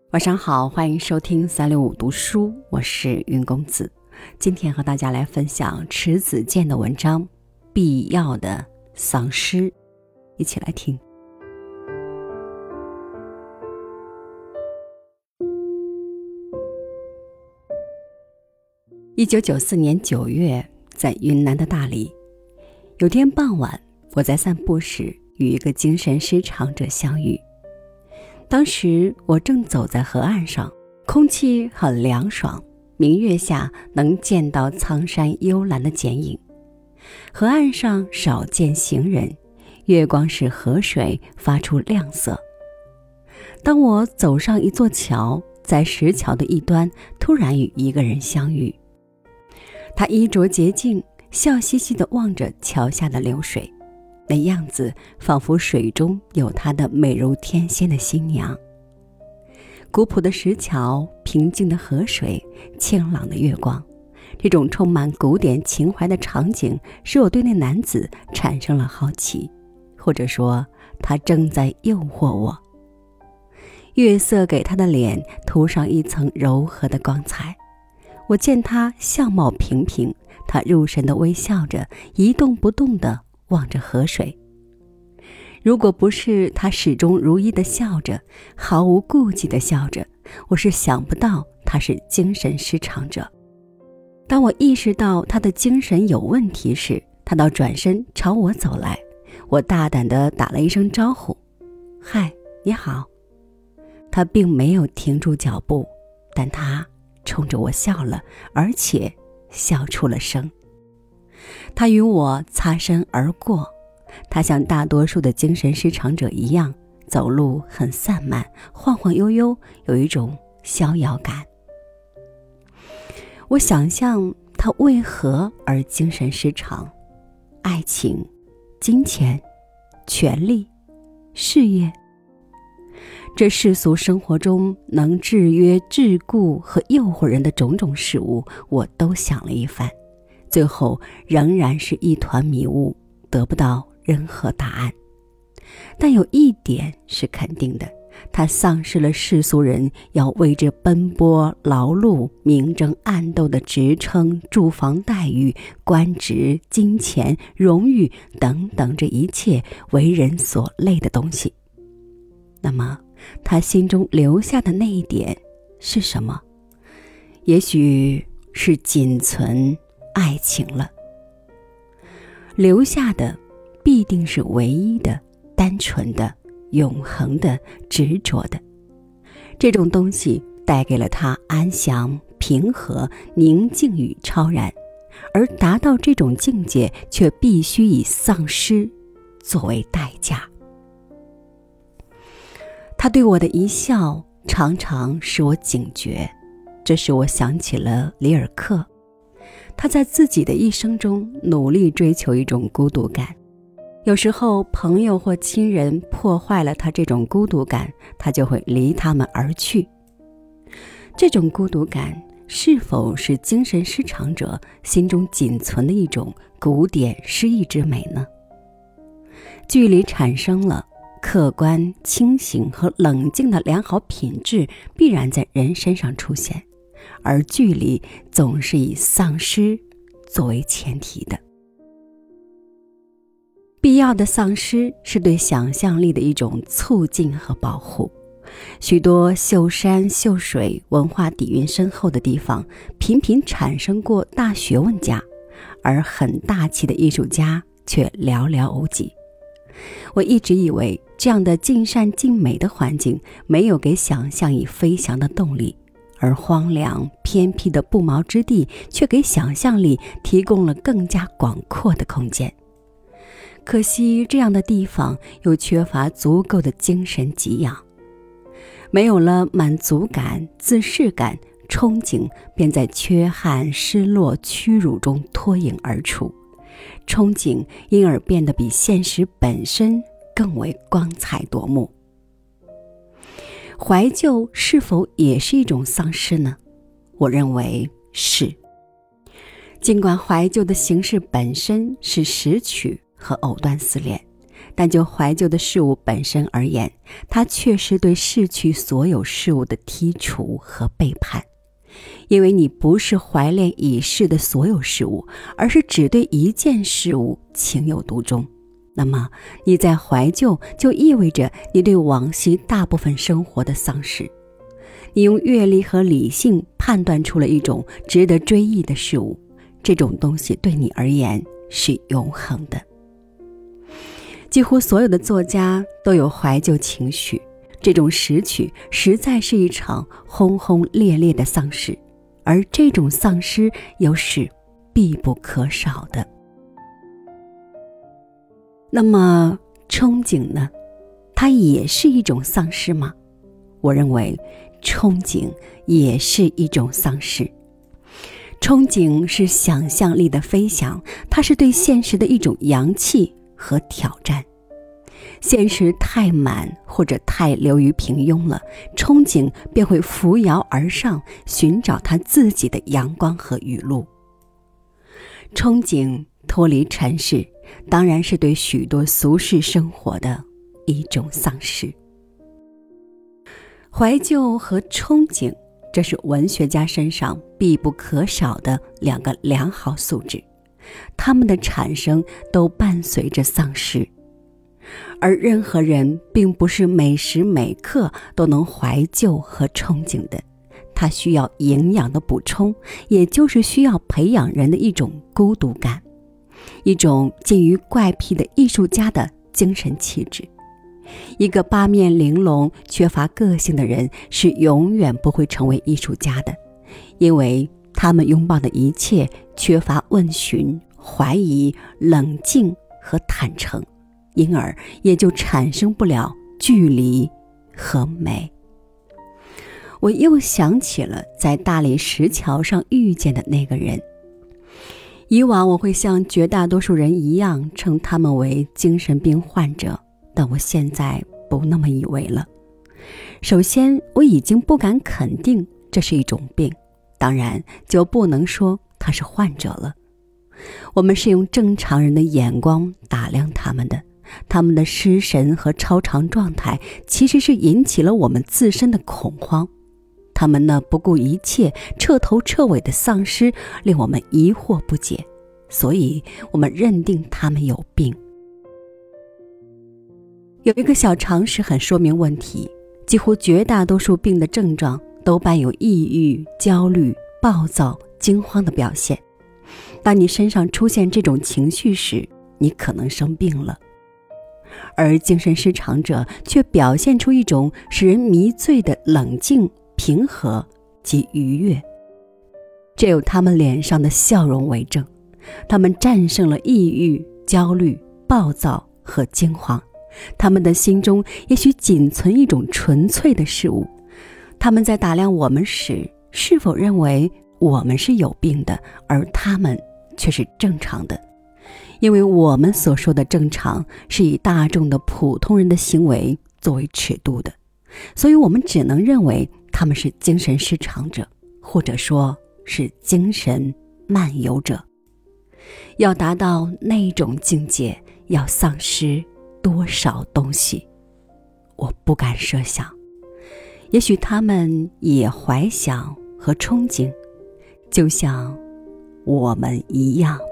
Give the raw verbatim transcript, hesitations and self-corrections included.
晚上好，欢迎收听三六五读书，我是云公子。今天和大家来分享迟子建的文章《必要的丧失》，一起来听。一九九四年九月，在云南的大理，有天傍晚，我在散步时与一个精神失常者相遇。当时我正走在河岸上，空气很凉爽，明月下能见到苍山幽蓝的剪影。河岸上少见行人，月光使河水发出亮色。当我走上一座桥，在石桥的一端突然与一个人相遇。他衣着洁净，笑嘻嘻地望着桥下的流水，那样子仿佛水中有她的美如天仙的新娘。古朴的石桥，平静的河水，清朗的月光，这种充满古典情怀的场景使我对那男子产生了好奇，或者说他正在诱惑我。月色给他的脸涂上一层柔和的光彩，我见他相貌平平，他入神地微笑着，一动不动地望着河水。如果不是他始终如一地笑着，毫无顾忌地笑着，我是想不到他是精神失常者。当我意识到他的精神有问题时，他倒转身朝我走来，我大胆地打了一声招呼：嗨，你好。他并没有停住脚步，但他冲着我笑了，而且笑出了声。他与我擦身而过，他像大多数的精神失常者一样，走路很散漫，晃晃悠悠，有一种逍遥感。我想象他为何而精神失常？爱情、金钱、权力、事业，这世俗生活中能制约、桎梏和诱惑人的种种事物，我都想了一番，最后仍然是一团迷雾，得不到任何答案。但有一点是肯定的，他丧失了世俗人要为之奔波劳碌、明争暗斗的职称、住房待遇、官职、金钱、荣誉等等这一切为人所累的东西。那么他心中留下的那一点是什么？也许是仅存爱情了。留下的必定是唯一的、单纯的、永恒的、执着的。这种东西带给了他安详、平和、宁静与超然，而达到这种境界却必须以丧失作为代价。他对我的一笑常常使我警觉，这使我想起了里尔克。他在自己的一生中努力追求一种孤独感，有时候朋友或亲人破坏了他这种孤独感，他就会离他们而去。这种孤独感是否是精神失常者心中仅存的一种古典诗意之美呢？距离产生了，客观、清醒和冷静的良好品质必然在人身上出现，而距离总是以丧失作为前提的。必要的丧失是对想象力的一种促进和保护。许多秀山秀水、文化底蕴深厚的地方，频频产生过大学问家，而很大气的艺术家却寥寥无几。我一直以为这样的尽善尽美的环境没有给想象以飞翔的动力，而荒凉偏僻的不毛之地却给想象力提供了更加广阔的空间。可惜这样的地方又缺乏足够的精神给养，没有了满足感、自视感，憧憬便在缺憾、失落、屈辱中脱颖而出，憧憬因而变得比现实本身更为光彩夺目。怀旧是否也是一种丧失呢？我认为是。尽管怀旧的形式本身是拾取和藕断丝连， 但就怀旧的事物本身而言，它确实对逝去所有事物的剔除和背叛。因为你不是怀恋已逝的所有事物，而是只对一件事物情有独钟。那么你在怀旧，就意味着你对往昔大部分生活的丧失。你用阅历和理性判断出了一种值得追忆的事物，这种东西对你而言是永恒的。几乎所有的作家都有怀旧情绪，这种拾取实在是一场轰轰烈烈的丧失，而这种丧失又是必不可少的。那么憧憬呢？它也是一种丧失吗？我认为憧憬也是一种丧失。憧憬是想象力的飞翔，它是对现实的一种扬弃和挑战。现实太满或者太流于平庸了，憧憬便会扶摇而上，寻找它自己的阳光和雨露。憧憬脱离尘世，当然是对许多俗世生活的一种丧失。怀旧和憧憬，这是文学家身上必不可少的两个良好素质，它们的产生都伴随着丧失。而任何人并不是每时每刻都能怀旧和憧憬的，它需要营养的补充，也就是需要培养人的一种孤独感，一种近于怪癖的艺术家的精神气质。一个八面玲珑、缺乏个性的人是永远不会成为艺术家的，因为他们拥抱的一切缺乏问询、怀疑、冷静和坦诚，因而也就产生不了距离和美。我又想起了在大理石桥上遇见的那个人。以往我会像绝大多数人一样称他们为精神病患者，但我现在不那么以为了。首先，我已经不敢肯定这是一种病，当然就不能说他是患者了。我们是用正常人的眼光打量他们的，他们的失神和超常状态其实是引起了我们自身的恐慌。他们那不顾一切、彻头彻尾的丧失令我们疑惑不解，所以我们认定他们有病。有一个小常识很说明问题，几乎绝大多数病的症状都伴有抑郁、焦虑、暴躁、惊慌的表现。当你身上出现这种情绪时，你可能生病了。而精神失常者却表现出一种使人迷醉的冷静、平和及愉悦，这有他们脸上的笑容为证。他们战胜了抑郁、焦虑、暴躁和惊慌，他们的心中也许仅存一种纯粹的事物。他们在打量我们时，是否认为我们是有病的，而他们却是正常的？因为我们所说的正常是以大众的普通人的行为作为尺度的，所以我们只能认为他们是精神失常者，或者说是精神漫游者。要达到那种境界，要丧失多少东西，我不敢设想。也许他们也怀想和憧憬，就像我们一样。